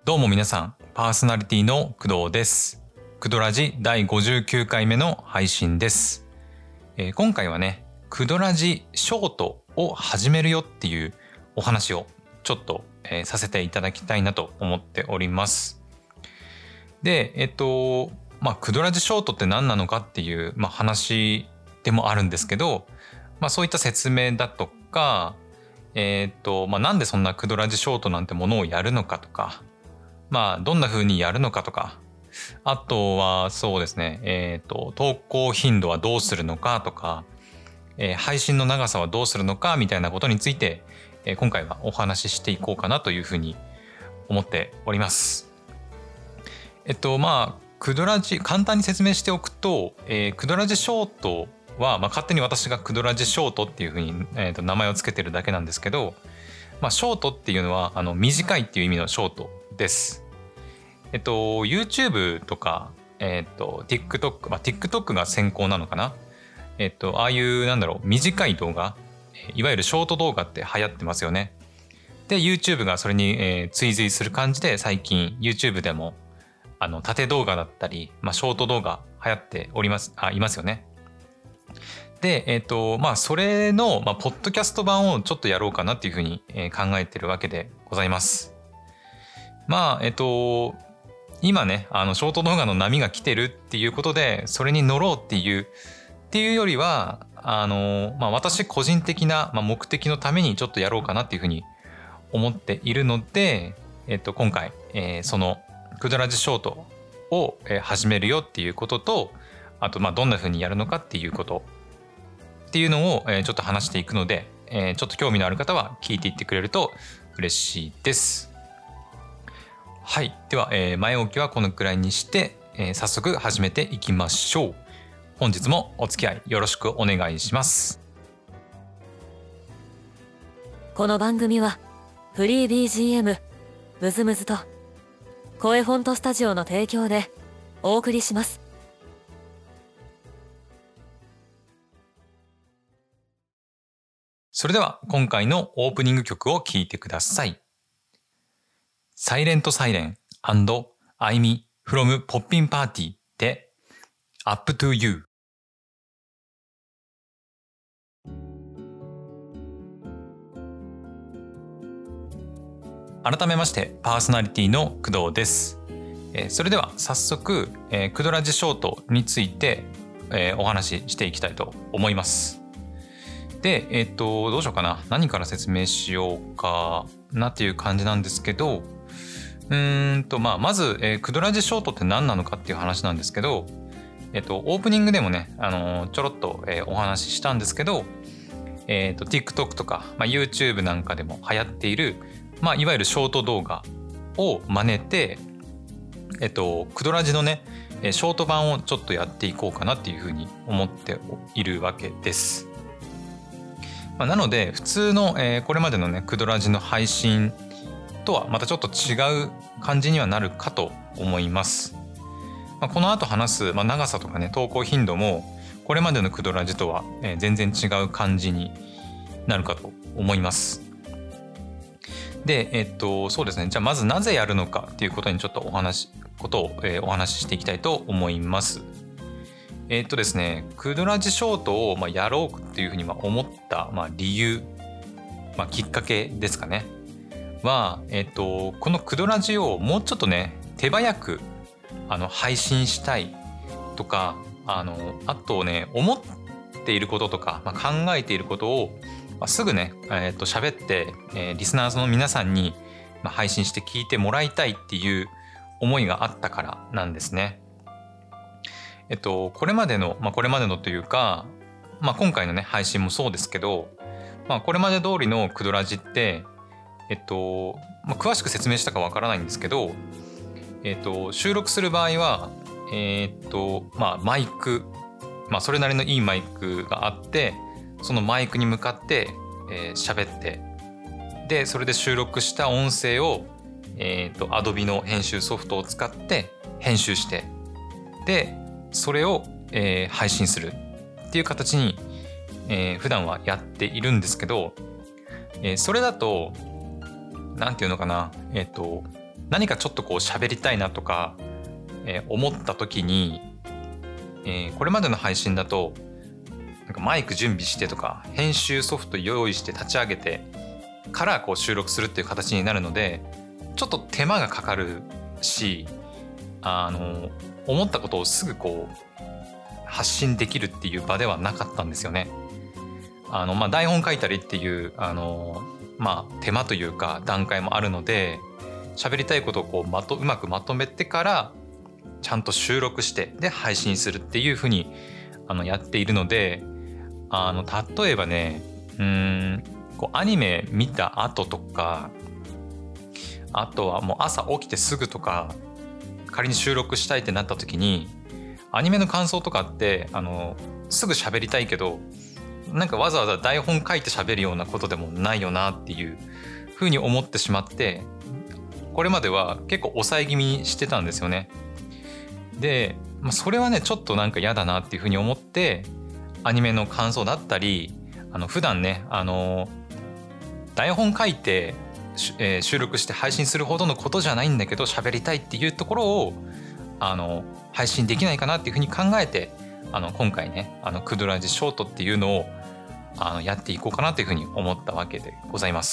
どうも皆さん、パーソナリティの工藤です。クドラジ第59回目の配信です。今回はね、クドラジショートを始めるよっていうお話をちょっと、させていただきたいなと思っております。で、クドラジショートって何なのかっていう、話でもあるんですけど、そういった説明だとか、なんでそんなクドラジショートなんてものをやるのかとか、どんな風にやるのかとか、あとはそうですね、投稿頻度はどうするのかとか、配信の長さはどうするのかみたいなことについて、今回はお話ししていこうかなというふうに思っております。クドラジ簡単に説明しておくと、クドラジショートは、勝手に私がクドラジショートっていうふうに、名前を付けてるだけなんですけど、ショートっていうのは短いっていう意味のショートです。YouTube とか、TikTok が先行なのかな。ああいう短い動画、いわゆるショート動画って流行ってますよね。で YouTube がそれに、追随する感じで最近 YouTube でも縦動画だったり、ショート動画流行っていますよね。で、それの、ポッドキャスト版をちょっとやろうかなっていうふうに、考えてるわけでございます。今ね、ショート動画の波が来てるっていうことで、それに乗ろうっていうよりは、私個人的な、目的のためにちょっとやろうかなっていうふうに思っているので、今回、そのクドラジショートを始めるよっていうことと、あとどんなふうにやるのかっていうことっていうのをちょっと話していくので、ちょっと興味のある方は聞いていってくれると嬉しいです。はい、では、前置きはこのくらいにして、早速始めていきましょう。本日もお付き合いよろしくお願いします。 この番組はフリー BGM ムズムズと声フォントスタジオの提供でお送りします。 それでは今回のオープニング曲を聴いてください。サイレントサイレン&アイミ from ポッピンパーティーで Up to You。改めましてパーソナリティの工藤です。それでは早速、クドラジショートについて、お話ししていきたいと思います。で、どうしようかな、何から説明しようかなっていう感じなんですけど、まず、クドラジショートって何なのかっていう話なんですけど、オープニングでもね、ちょろっと、お話ししたんですけど、TikTok とか、YouTube なんかでも流行っている、いわゆるショート動画を真似て、クドラジのねショート版をちょっとやっていこうかなっていうふうに思っているわけです。なので普通の、これまでのねクドラジの配信とはまたちょっと違う感じにはなるかと思います。この後話す、長さとかね投稿頻度もこれまでのクドラジとは、全然違う感じになるかと思います。で、そうですね。じゃあまずなぜやるのかっていうことにちょっとお話ししていきたいと思います。ですね、クドラジショートをやろうっていうふうに思った、理由、きっかけですかね。は、このクドラジをもうちょっとね手早く配信したいとか、あとね思っていることとか、考えていることをすぐね喋って、リスナーの皆さんに配信して聞いてもらいたいっていう思いがあったからなんですね。これまでのというか、今回のね配信もそうですけど、これまで通りのクドラジって詳しく説明したかわからないんですけど、収録する場合はマイク、それなりのいいマイクがあって、そのマイクに向かって喋って、でそれで収録した音声をAdobe の編集ソフトを使って編集して、でそれを、配信するっていう形に、普段はやっているんですけど、それだとなんていうのかな、 何かちょっとこう喋りたいなとか、思った時に、これまでの配信だとなんかマイク準備してとか編集ソフト用意して立ち上げてからこう収録するっていう形になるので、ちょっと手間がかかるし、思ったことをすぐこう発信できるっていう場ではなかったんですよね。台本書いたりっていう手間というか段階もあるので、喋りたいことをこううまくまとめてからちゃんと収録してで配信するっていうふうにやっているので、例えばね、こうアニメ見た後とか、あとはもう朝起きてすぐとか仮に収録したいってなった時に、アニメの感想とかってすぐ喋りたいけど、なんかわざわざ台本書いて喋るようなことでもないよなっていうふうに思ってしまって、これまでは結構抑え気味にしてたんですよね。で、それはねちょっとなんか嫌だなっていうふうに思って、アニメの感想だったり、普段ね台本書いて収録して配信するほどのことじゃないんだけど喋りたいっていうところを配信できないかなっていうふうに考えて、今回ねクドラジショートっていうのをやっていこうかなというふうに思ったわけでございます。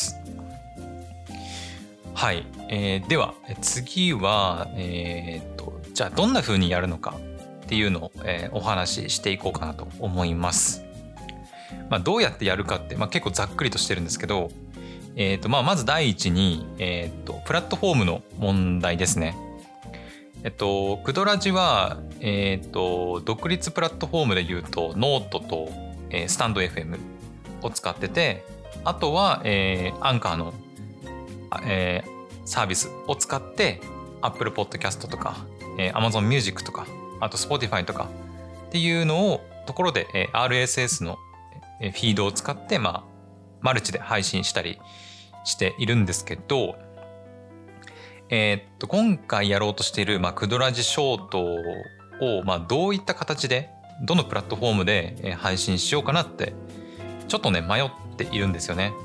はい、では次はじゃあどんなふうにやるのかっていうのを、お話ししていこうかなと思います。どうやってやるかって、結構ざっくりとしてるんですけど、まず第一に、プラットフォームの問題ですね。クドラジは、独立プラットフォームで言うとノートと、スタンド FM を使ってて、あとは、アンカーの、サービスを使って Apple Podcast とか、Amazon Music とか、あと Spotify とかっていうのをところで、RSS のフィードを使って、マルチで配信したりしているんですけど、今回やろうとしている、クドラジショートを、どういった形でどのプラットフォームで配信しようかなってちょっとね迷っているんですよね。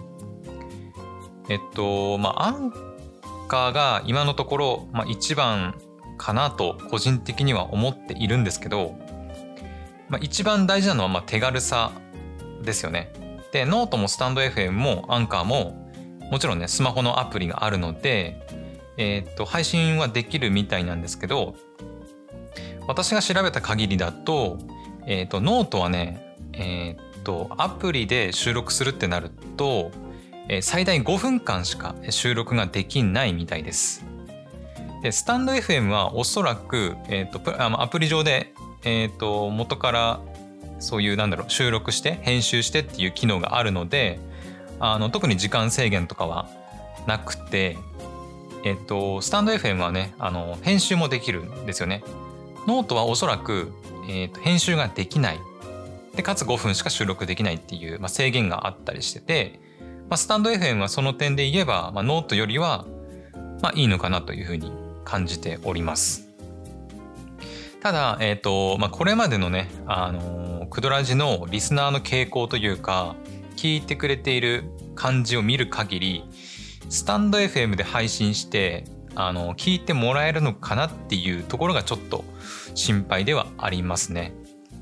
アンカーが今のところ、一番かなと個人的には思っているんですけど、一番大事なのは手軽さですよね。で、ノートもスタンド FM もアンカーももちろんねスマホのアプリがあるので、配信はできるみたいなんですけど、私が調べた限りだと、ノートはね、アプリで収録するってなると、最大5分間しか収録ができないみたいです。で、スタンド FM はおそらく、アプリ上で、元からそういう収録して編集してっていう機能があるので、特に時間制限とかはなくて、スタンド FM はね編集もできるんですよね。ノートはおそらく、編集ができないで、かつ5分しか収録できないっていう、制限があったりしてて、スタンド FM はその点で言えば、ノートよりはいいのかなというふうに感じております。ただ、これまでのねクドラジのリスナーの傾向というか、聞いてくれている感じを見る限り、スタンド FM で配信して聞いてもらえるのかなっていうところがちょっと心配ではありますね。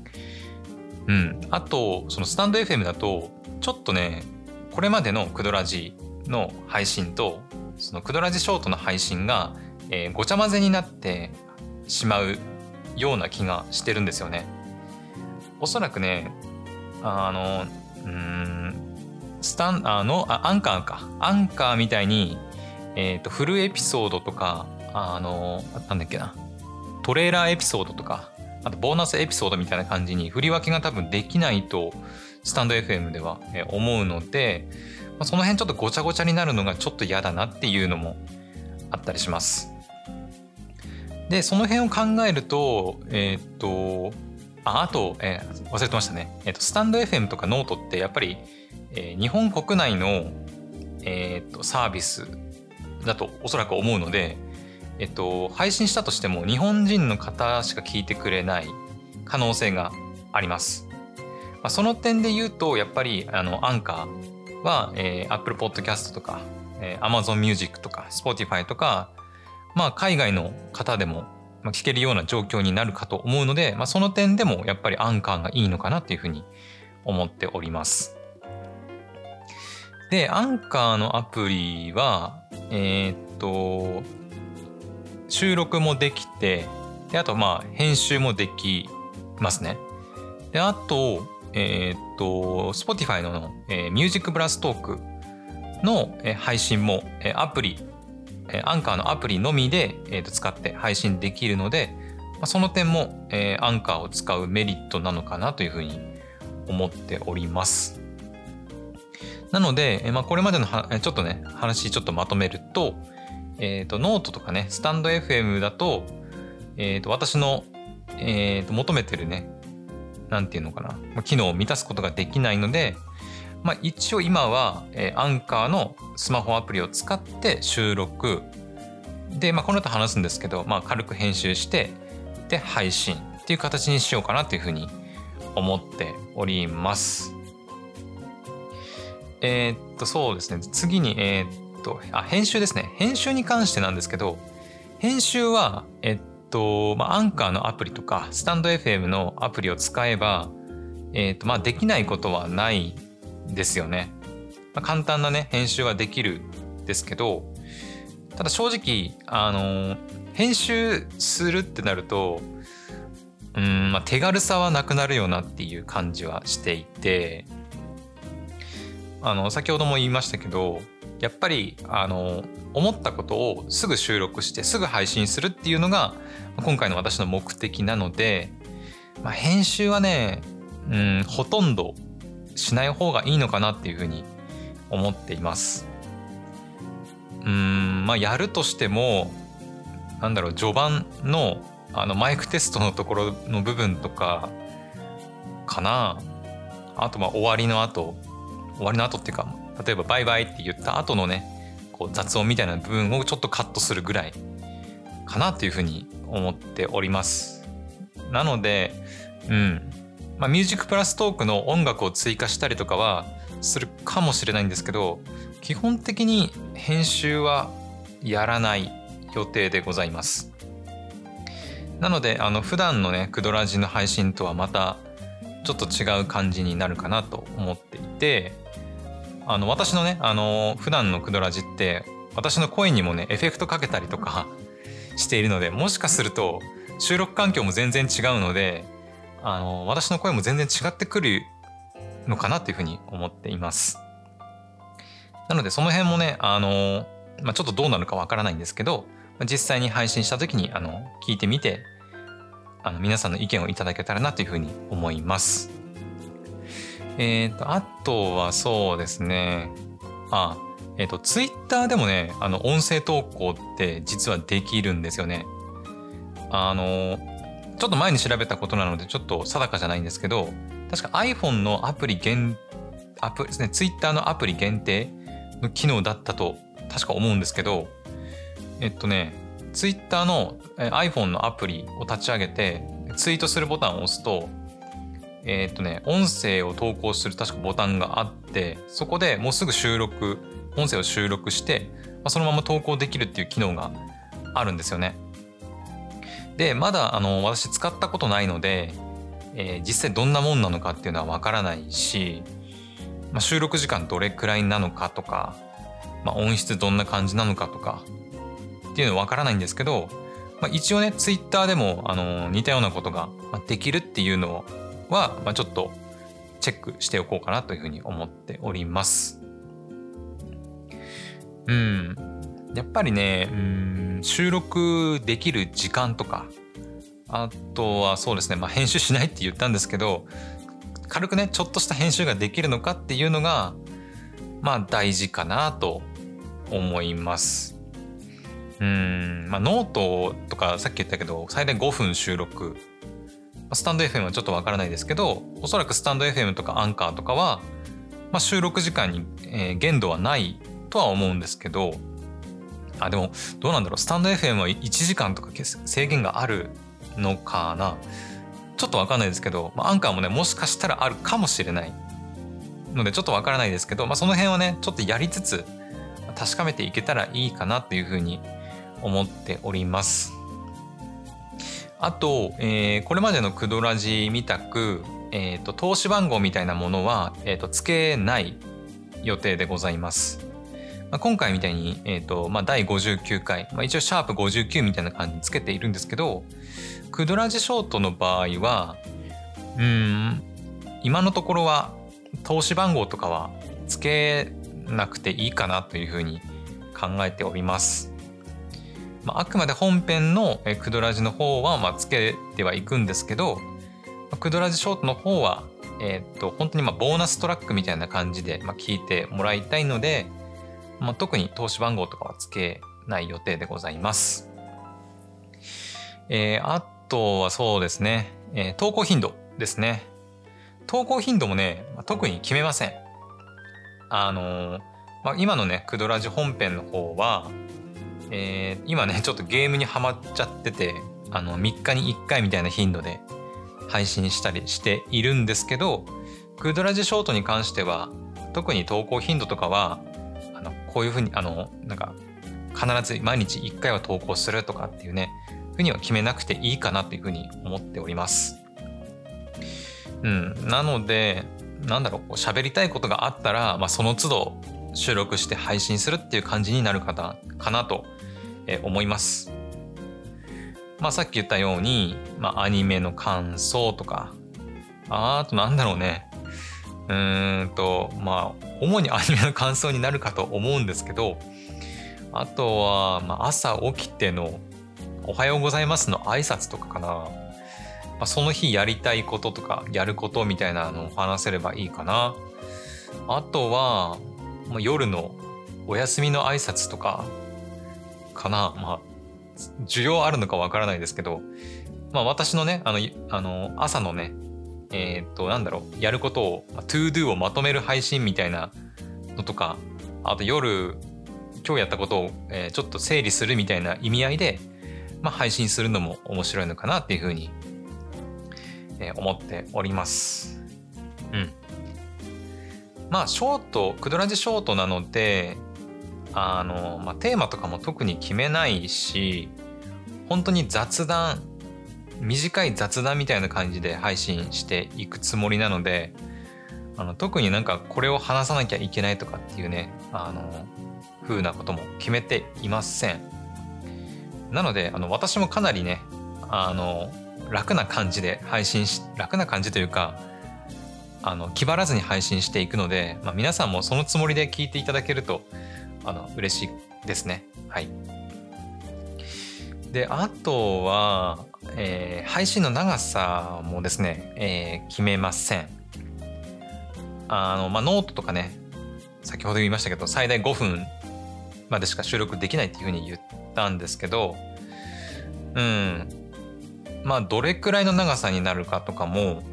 あとそのスタンド FM だとちょっとね、これまでのクドラジの配信とそのクドラジショートの配信が、ごちゃ混ぜになってしまうような気がしてるんですよね。おそらくねアンカーみたいに、フルエピソードとかなんだっけな、トレーラーエピソードとか、あとボーナスエピソードみたいな感じに振り分けが多分できないとスタンド FM では思うので、その辺ちょっとごちゃごちゃになるのがちょっと嫌だなっていうのもあったりします。で、その辺を考えるとあと、忘れてましたね。スタンド FM とかノートってやっぱり、日本国内の、サービスだとおそらく思うので、配信したとしても日本人の方しか聞いてくれない可能性があります。その点で言うとやっぱりアンカーは、Apple Podcast とか、Amazon Music とか Spotify とか、 海外の方でも聞けるような状況になるかと思うので、その点でもやっぱりアンカーがいいのかなっていうふうに思っております。で、アンカーのアプリは、収録もできて、であと編集もできますね。で、あと、Spotify の、ミュージックブラストークの配信もアプリ、アンカーのアプリのみで使って配信できるので、その点もアンカーを使うメリットなのかなというふうに思っております。なので、これまでのちょっとね話ちょっとまとめると、ノートとかねスタンド FM だと、私の、求めてるねなんていうのかな機能を満たすことができないので、一応今は、アンカーのスマホアプリを使って収録で、この後話すんですけど、軽く編集してで配信っていう形にしようかなというふうに思っております。そうですね。次に編集ですね。編集に関してなんですけど、編集はアンカーのアプリとかスタンド FM のアプリを使えばできないことはないですよね。簡単なね編集はできるんですけど、ただ正直編集するってなると手軽さはなくなるよなっていう感じはしていて、先ほども言いましたけど、やっぱり思ったことをすぐ収録してすぐ配信するっていうのが今回の私の目的なので、編集はねほとんどしない方がいいのかなっていうふうに思っています。やるとしても序盤のマイクテストのところの部分とかかな。あと終わりの後っていうか、例えばバイバイって言った後のねこう雑音みたいな部分をちょっとカットするぐらいかなというふうに思っております。なのでミュージックプラストークの音楽を追加したりとかはするかもしれないんですけど、基本的に編集はやらない予定でございます。なので普段のねクドラジの配信とはまたちょっと違う感じになるかなと思っていて、私のね普段のクドラジって私の声にもねエフェクトかけたりとかしているので、もしかすると収録環境も全然違うので私の声も全然違ってくるのかなというふうに思っています。なのでその辺もねちょっとどうなるかわからないんですけど、実際に配信した時に聞いてみて皆さんの意見をいただけたらなというふうに思います。あとはそうですね。ツイッターでもね音声投稿って実はできるんですよね。ちょっと前に調べたことなのでちょっと定かじゃないんですけど、確か iPhone のアプリですね、ツイッターのアプリ限定の機能だったと確か思うんですけど、ツイッターの iPhone のアプリを立ち上げてツイートするボタンを押すと音声を投稿する確かボタンがあって、そこでもうすぐ音声を収録してそのまま投稿できるっていう機能があるんですよね。でまだ私使ったことないので、実際どんなもんなのかっていうのはわからないし、収録時間どれくらいなのかとか、音質どんな感じなのかとかっていうのはわからないんですけど、一応ねツイッターでも似たようなことができるっていうのはちょっとチェックしておこうかなというふうに思っております。やっぱりね収録できる時間とか、あとはそうですね編集しないって言ったんですけど、軽くねちょっとした編集ができるのかっていうのが大事かなと思います。ノートとかさっき言ったけど最大5分収録、スタンド FM はちょっとわからないですけど、おそらくスタンド FM とかアンカーとかは、収録時間に、限度はないとは思うんですけど、でもどうなんだろう、スタンド FM は1時間とか制限があるのかな、ちょっとわかんないですけど、アンカーもねもしかしたらあるかもしれないのでちょっとわからないですけど、その辺はねちょっとやりつつ確かめていけたらいいかなっていうふうに思っております。あと、これまでのクドラジみたく、投資番号みたいなものは、つけない予定でございます。今回みたいに、第59回、一応シャープ59みたいな感じにつけているんですけど、クドラジショートの場合は、今のところは投資番号とかはつけなくていいかなというふうに考えております。あくまで本編のクドラジの方はつけてはいくんですけど、クドラジショートの方は、本当にボーナストラックみたいな感じで聞いてもらいたいので、特に投資番号とかはつけない予定でございます。あとはそうですね、投稿頻度ですね。投稿頻度もね、特に決めません。今のねクドラジ本編の方は、今ねちょっとゲームにはまっちゃってて、3日に1回みたいな頻度で配信したりしているんですけど、クドラジショートに関しては特に投稿頻度とかはこういうふうに必ず毎日1回は投稿するとかっていうねふうには決めなくていいかなというふうに思っております。なので喋りたいことがあったら、その都度収録して配信するっていう感じになる方かなと思います。さっき言ったように、アニメの感想とか、あと主にアニメの感想になるかと思うんですけど、あとは、朝起きてのおはようございますの挨拶とかかな。その日やりたいこととかやることみたいなのを話せればいいかな。あとは、夜のお休みの挨拶とかかな。需要あるのかわからないですけど、私のね朝のねやることをトゥードゥをまとめる配信みたいなのとか、あと夜今日やったことをちょっと整理するみたいな意味合いで配信するのも面白いのかなっていうふうに思っております。ショートクドラジショートなのでテーマとかも特に決めないし、本当に短い雑談みたいな感じで配信していくつもりなので、特にこれを話さなきゃいけないとかっていうね風なことも決めていません。なので私もかなりね楽な感じというか気張らずに配信していくので、皆さんもそのつもりで聞いていただけると嬉しいですね。はい。で、あとは、配信の長さもですね、決めません。ノートとかね、先ほど言いましたけど、最大5分までしか収録できないっていうふうに言ったんですけど、どれくらいの長さになるかとかも、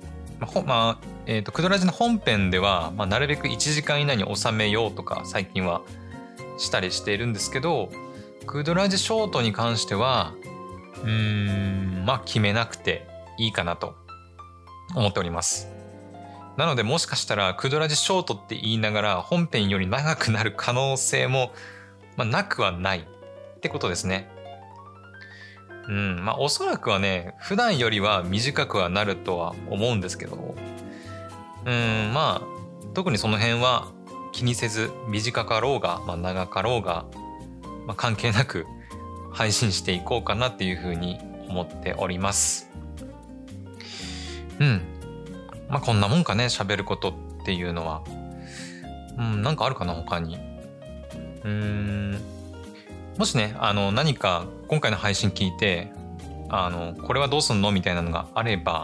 クドラジの本編では、なるべく1時間以内に収めようとか最近はしたりしているんですけど、クドラジショートに関しては決めなくていいかなと思っております。なのでもしかしたらクドラジショートって言いながら本編より長くなる可能性も、なくはないってことですね。おそらくはね普段よりは短くはなるとは思うんですけど、特にその辺は気にせず短かろうが、長かろうが、関係なく配信していこうかなっていうふうに思っております。こんなもんかね、喋ることっていうのは。なんかあるかな他に。もしね何か今回の配信聞いてこれはどうすんのみたいなのがあれば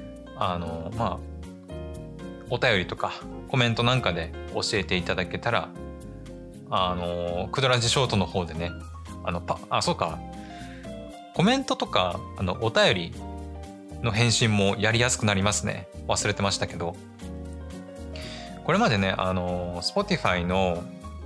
お便りとかコメントなんかで教えていただけたらクドラジショートの方でねそうかコメントとかお便りの返信もやりやすくなりますね。忘れてましたけど、これまでねSpotify の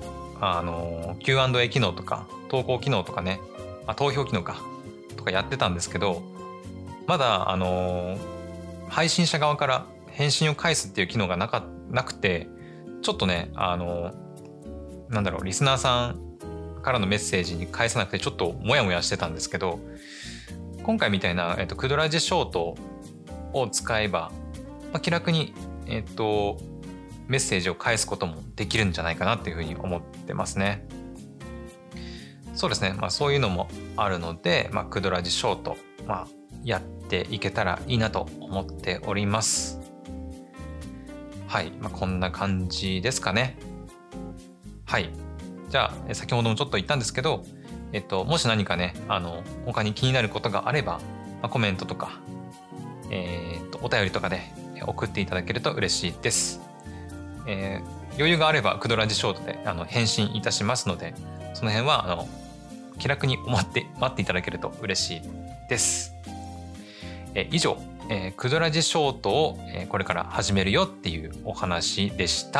Q&A 機能とか投稿機能とかね投票機能とかやってたんですけど、まだ配信者側から返信を返すっていう機能がなくて、ちょっとねリスナーさんからのメッセージに返さなくてちょっとモヤモヤしてたんですけど、今回みたいな、クドラジショートを使えば、気楽に、メッセージを返すこともできるんじゃないかなっていうふうに思ってますね。そうですね、そういうのもあるので、クドラジショート、やっていけたらいいなと思っております。はい、こんな感じですかね。はい、じゃあ先ほどもちょっと言ったんですけど、もし何かね他に気になることがあれば、コメントとか、お便りとかで送っていただけると嬉しいです。余裕があればクドラジショートで返信いたしますので、その辺は気楽に待っていただけると嬉しいです。以上、クドラジショートをこれから始めるよっていうお話でした。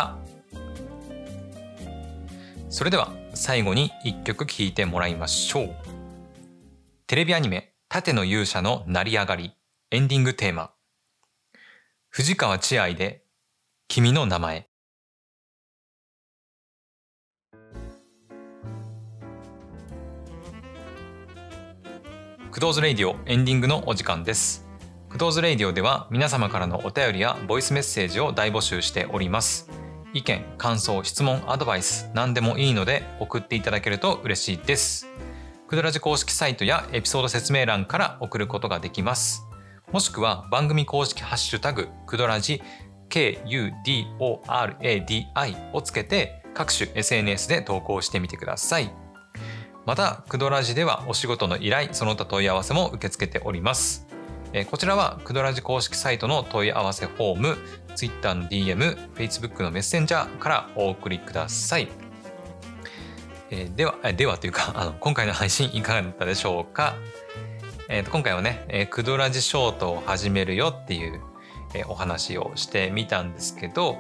それでは最後に一曲聴いてもらいましょう。テレビアニメ盾の勇者の成り上がりエンディングテーマ、藤川千愛で君の名前。クドーズレイディオエンディングのお時間です。クドーズレイディオでは皆様からのお便りやボイスメッセージを大募集しております。意見、感想、質問、アドバイス何でもいいので送っていただけると嬉しいです。クドラジ公式サイトやエピソード説明欄から送ることができます。もしくは番組公式ハッシュタグクドラジ KUDORADI をつけて各種 SNS で投稿してみてください。またクドラジではお仕事の依頼その他問い合わせも受け付けております。こちらはクドラジ公式サイトの問い合わせフォーム、Twitter の DM、Facebook のメッセンジャーからお送りください。ではというか今回の配信いかがだったでしょうか。今回はね、クドラジショートを始めるよっていう、お話をしてみたんですけど、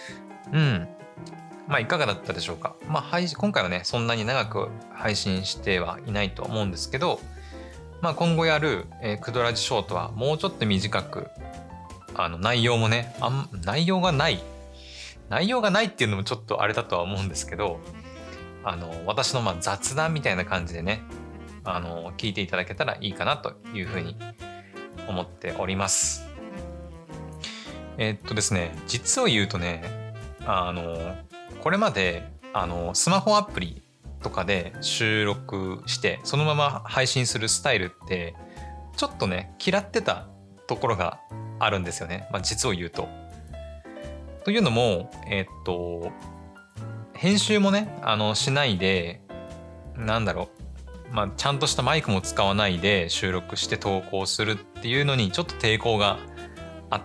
いかがだったでしょうか。今回はねそんなに長く配信してはいないと思うんですけど、今後やる、クドラジショートはもうちょっと短く、内容もね内容がないっていうのもちょっとあれだとは思うんですけど、私の雑談みたいな感じでね聞いていただけたらいいかなというふうに思っております。ですね、実を言うとねこれまでスマホアプリとかで収録してそのまま配信するスタイルってちょっとね嫌ってたところがあるんですよね、実を言うと。というのも編集もねしないでちゃんとしたマイクも使わないで収録して投稿するっていうのにちょっと抵抗があって、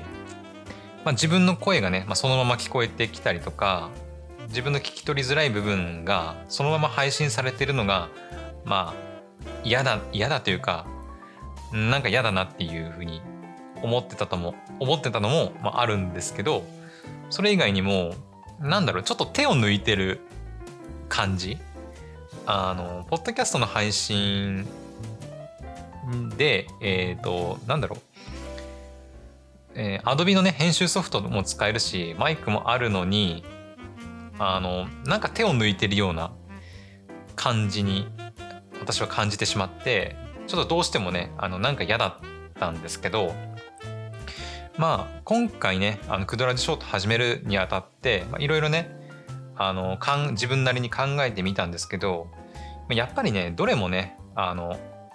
自分の声がね、そのまま聞こえてきたりとか自分の聞き取りづらい部分がそのまま配信されてるのが嫌だというか嫌だなっていうふうに思ってたのもあるんですけど、それ以外にもちょっと手を抜いてる感じ、ポッドキャストの配信でAdobe のね編集ソフトも使えるしマイクもあるのに手を抜いてるような感じに私は感じてしまって、ちょっとどうしてもね嫌だったんですけど、今回ねクドラジショート始めるにあたっていろいろね自分なりに考えてみたんですけど、やっぱりねどれもねアン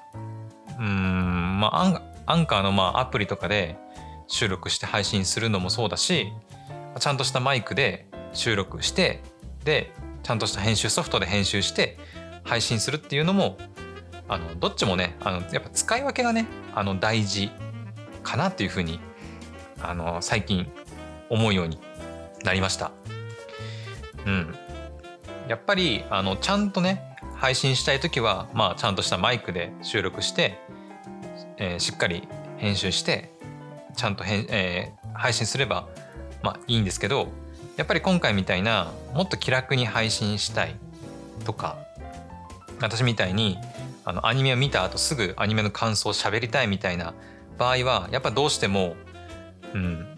カーのアプリとかで収録して配信するのもそうだし、ちゃんとしたマイクで収録してでちゃんとした編集ソフトで編集して配信するっていうのもどっちもねやっぱ使い分けがね大事かなっていうふうに最近思うようになりました。やっぱりちゃんとね配信したいときはちゃんとしたマイクで収録して、しっかり編集してちゃんと配信すればいいんですけど、やっぱり今回みたいなもっと気楽に配信したいとか、私みたいにアニメを見た後すぐアニメの感想を喋りたいみたいな場合はやっぱどうしても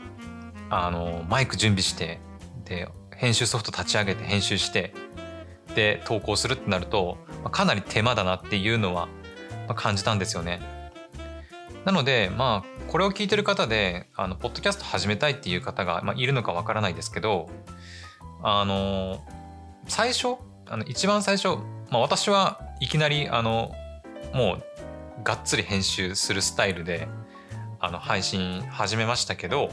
マイク準備してで編集ソフト立ち上げて編集してて投稿するってなるとかなり手間だなっていうのは感じたんですよね。なのでこれを聞いてる方でポッドキャスト始めたいっていう方がいるのかわからないですけど、最初一番最初、私はいきなりもうがっつり編集するスタイルで配信始めましたけど、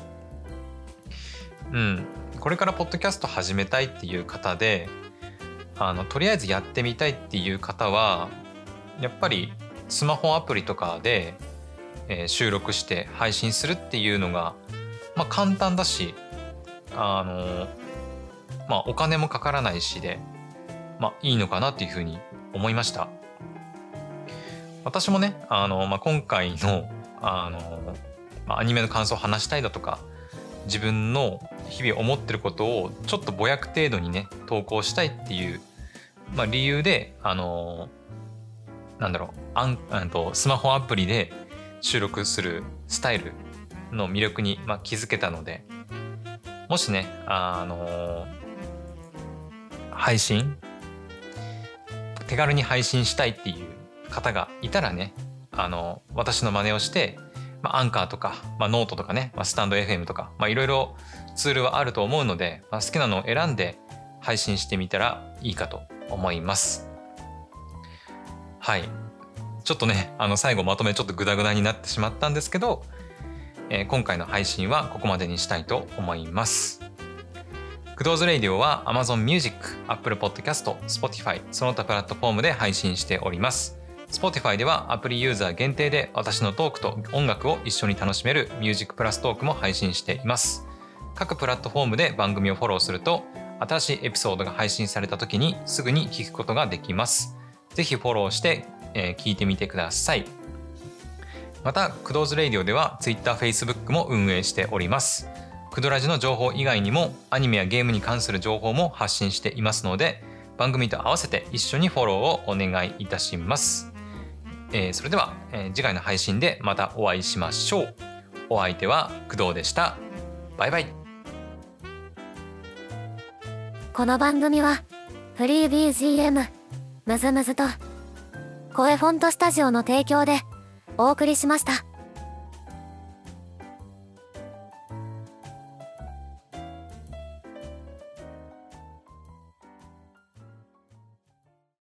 これからポッドキャスト始めたいっていう方でとりあえずやってみたいっていう方はやっぱりスマホアプリとかで、収録して配信するっていうのが、簡単だしお金もかからないしで、いいのかなっていうふうに思いました。私もね今回のアニメの感想を話したいだとか自分の日々思ってることをちょっとぼやく程度にね投稿したいっていう、理由でスマホアプリで収録するスタイルの魅力に気づけたので、もしね配信手軽に配信したいっていう方がいたらね私の真似をしてアンカーとか、ノートとかね、スタンド FM とか、いろいろツールはあると思うので、好きなのを選んで配信してみたらいいかと思います。はい。ちょっとね、最後まとめちょっとグダグダになってしまったんですけど、今回の配信はここまでにしたいと思います。クドーズレイディオは Amazon Music、Apple Podcast、Spotify その他プラットフォームで配信しております。Spotify ではアプリユーザー限定で私のトークと音楽を一緒に楽しめるミュージックプラストークも配信しています。各プラットフォームで番組をフォローすると新しいエピソードが配信された時にすぐに聞くことができます。ぜひフォローして、聞いてみてください。またクドーズレイディオでは Twitter、Facebook も運営しております。クドラジの情報以外にもアニメやゲームに関する情報も発信していますので番組と合わせて一緒にフォローをお願いいたします。それでは、次回の配信でまたお会いしましょう。お相手は工藤でした。バイバイ。 この番組はフリー BGM むずむずと声フォントスタジオの提供でお送りしました。